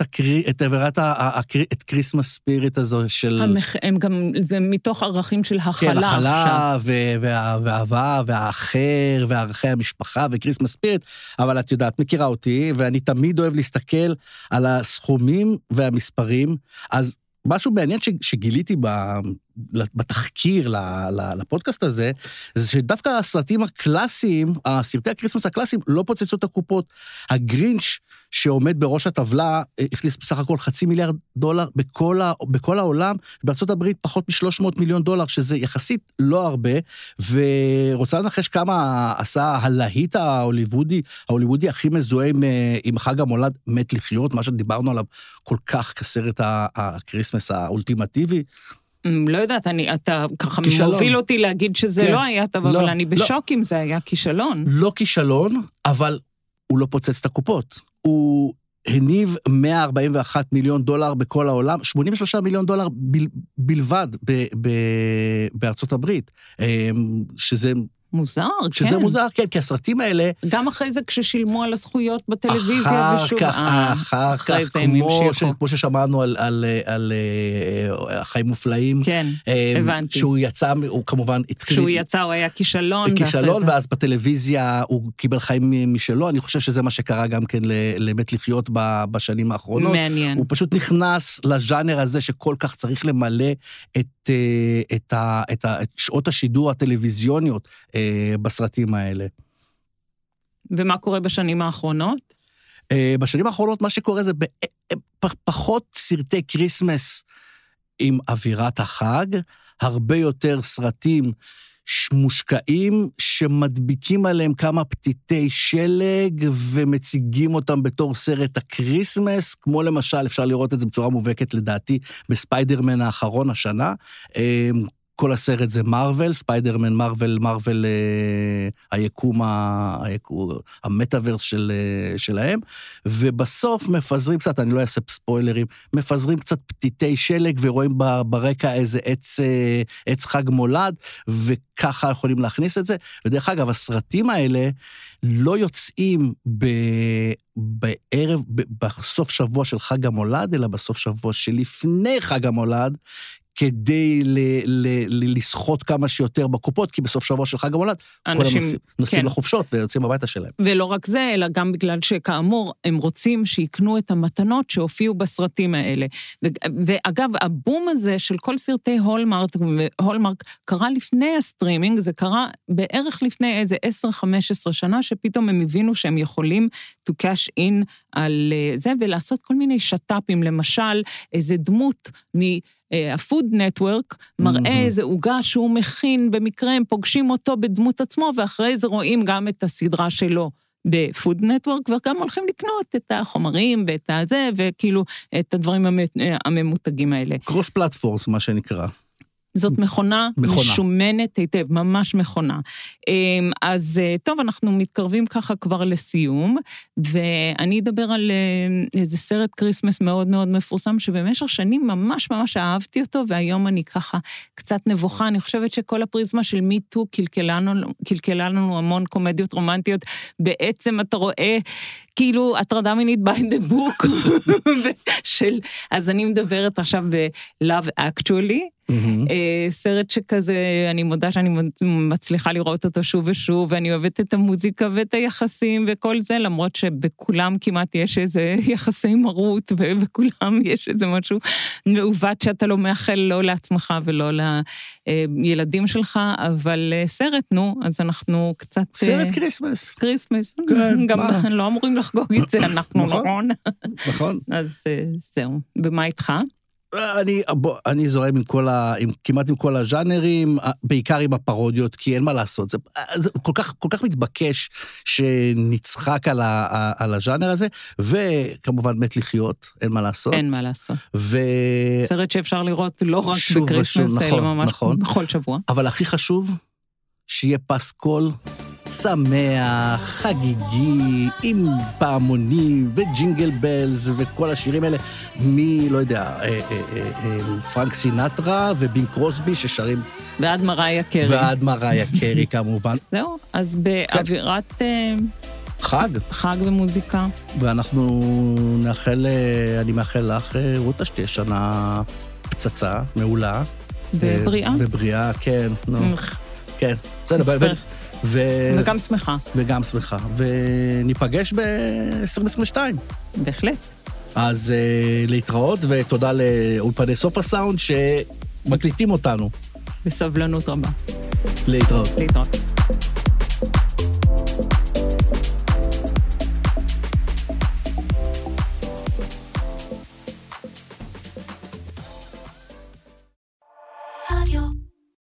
[SPEAKER 2] קריסמס ספיריט הזו של...
[SPEAKER 3] הם גם, זה מתוך ערכים של הכלה.
[SPEAKER 2] כן, הכלה ואהבה והאחר וערכי המשפחה וקריסמס ספיריט, אבל את יודעת, מכירה אותי, ואני תמיד אוהב להסתכל על הסכומים והמספרים, אז משהו מעניין שגיליתי בתחקיר לפודקאסט הזה, זה שדווקא הסרטים הקלאסיים, הסרטי הקריסמס הקלאסיים, לא פוצצו את הקופות. הגרינץ' שעומד בראש הטבלה, הכניס בסך הכל $500 מיליון בכל העולם, בארצות הברית פחות $300 מיליון, שזה יחסית לא הרבה, ורוצה לנחש כמה עשה הלהיט ההוליוודי הכי מזוהה עם חג המולד, מת לחיות, מה שדיברנו עליו כל כך כסרט הקריסמס האולטימטיבי.
[SPEAKER 3] לא יודעת, אתה ככה מוביל אותי להגיד שזה לא היה טוב, אבל אני בשוק אם זה היה כישלון.
[SPEAKER 2] לא כישלון, אבל הוא לא פוצץ את הקופות. הוא הניב $141 מיליון בכל העולם, $83 מיליון בלבד בארצות הברית, שזה...
[SPEAKER 3] מוזר, כן.
[SPEAKER 2] שזה מוזר, כן, כי הסרטים האלה...
[SPEAKER 3] גם אחרי זה כששילמו על הזכויות בטלוויזיה ושוב...
[SPEAKER 2] אחר כך, כמו ששמענו על חיים מופלאים.
[SPEAKER 3] כן, הבנתי.
[SPEAKER 2] שהוא יצא, הוא כמובן...
[SPEAKER 3] כשהוא יצא הוא היה כישלון.
[SPEAKER 2] כישלון, ואז בטלוויזיה הוא קיבל חיים משלו, אני חושב שזה מה שקרה גם כן למת לחיות בשנים האחרונות.
[SPEAKER 3] מעניין.
[SPEAKER 2] הוא פשוט נכנס לז'אנר הזה שכל כך צריך למלא את שעות השידור הטלוויזיוניות בסרטים האלה.
[SPEAKER 3] ומה קורה בשנים האחרונות?
[SPEAKER 2] בשנים האחרונות מה שקורה זה פחות סרטי קריסמס עם אווירת החג, הרבה יותר סרטים מושקעים שמדביקים עליהם כמה פתיתי שלג ומציגים אותם בתור סרט הקריסמס, כמו למשל, אפשר לראות את זה בצורה מובהקת לדעתי, בספיידרמן האחרון השנה, כל הסרט זה מרוול, ספיידרמן, מרוול, היקום, המטאברס שלהם, ובסוף מפזרים קצת, אני לא אעשה ספוילרים, מפזרים קצת פתיתי שלג, ורואים ברקע איזה עץ חג מולד, וככה יכולים להכניס את זה, ודרך אגב, הסרטים האלה לא יוצאים בערב, בסוף שבוע של חג המולד, אלא בסוף שבוע שלפני חג המולד, כדי לסחוט כמה שיותר בקופות, כי בסוף שבוע של חג המולד,
[SPEAKER 3] אנשים
[SPEAKER 2] נוסעים לחופשות ויוצאים הביתה שלהם.
[SPEAKER 3] ולא רק זה, אלא גם בגלל שכאמור, הם רוצים שיקנו את המתנות שהופיעו בסרטים האלה. ואגב, הבום הזה של כל סרטי הולמרק קרה לפני הסטרימינג, זה קרה בערך לפני איזה 10-15 שנה, שפתאום הם הבינו שהם יכולים to cash in על זה, ולעשות כל מיני שטאפים, למשל, איזה דמות הפוד נטוורק מראה איזה עוגה שהוא מכין, במקרה הם פוגשים אותו בדמות עצמו, ואחרי זה רואים גם את הסדרה שלו בפוד נטוורק, וגם הולכים לקנות את החומרים ואת הזה, וכאילו את הדברים הממותגים האלה.
[SPEAKER 2] קרוס פלטפורמס, מה שנקרא.
[SPEAKER 3] זאת מכונה משומנת היטב, ממש מכונה. אז טוב, אנחנו מתקרבים ככה כבר לסיום, ואני אדבר על איזה סרט קריסמס מאוד מאוד מפורסם, שבמשך שנים ממש ממש אהבתי אותו, והיום אני ככה קצת נבוכה, אני חושבת שכל הפריזמה של מיטו קלקלה לנו המון קומדיות רומנטיות, בעצם אתה רואה כאילו הטרדה מינית by the book, אז אני מדברת עכשיו ב-Love Actually, סרט שכזה, אני מודה שאני מצליחה לראות אותו שוב ושוב, ואני אוהבת את המוזיקה ואת היחסים וכל זה, למרות שבכולם כמעט יש איזה יחסי מרות, ובכולם יש איזה משהו מעוות שאתה לא מאחל לא לעצמך ולא לילדים שלך, אבל סרט, נו, אז אנחנו קצת...
[SPEAKER 2] סרט קריסמס.
[SPEAKER 3] קריסמס, גם לא אמורים לחגוג את זה, אנחנו נכון.
[SPEAKER 2] נכון.
[SPEAKER 3] אז זהו, במה איתך?
[SPEAKER 2] אני זורם כמעט עם כל הז'אנרים, בעיקר עם הפרודיות, כי אין מה לעשות. זה כל כך מתבקש שנצחק על הז'אנר הזה, וכמובן מת לחיות, אין מה לעשות.
[SPEAKER 3] אין מה לעשות. סרט שאפשר לראות לא רק בקריסמס, אלא ממש בכל שבוע.
[SPEAKER 2] אבל הכי חשוב, שיהיה פסקול שמח, חגיגי, עם פעמונים וג'ינגל בלז וכל השירים האלה, לא יודע, פרנק סינטרה ובין קרוסבי ששרים...
[SPEAKER 3] ועד מריה קרי.
[SPEAKER 2] ועד מריה קרי, כמובן.
[SPEAKER 3] זהו, אז באווירת... חג ומוזיקה.
[SPEAKER 2] ואנחנו אני מאחל לך, רותה, שתהיה שנה פצצה, מעולה.
[SPEAKER 3] בבריאה.
[SPEAKER 2] בבריאה, כן. כן, בסדר,
[SPEAKER 3] וגם שמחה.
[SPEAKER 2] וגם שמחה. וניפגש ב-2022.
[SPEAKER 3] בהחלט.
[SPEAKER 2] אז להתראות, ותודה לאולפני סוף הסאונד שמקליטים אותנו.
[SPEAKER 3] בסבלנות רבה.
[SPEAKER 2] להתראות.
[SPEAKER 3] להתראות.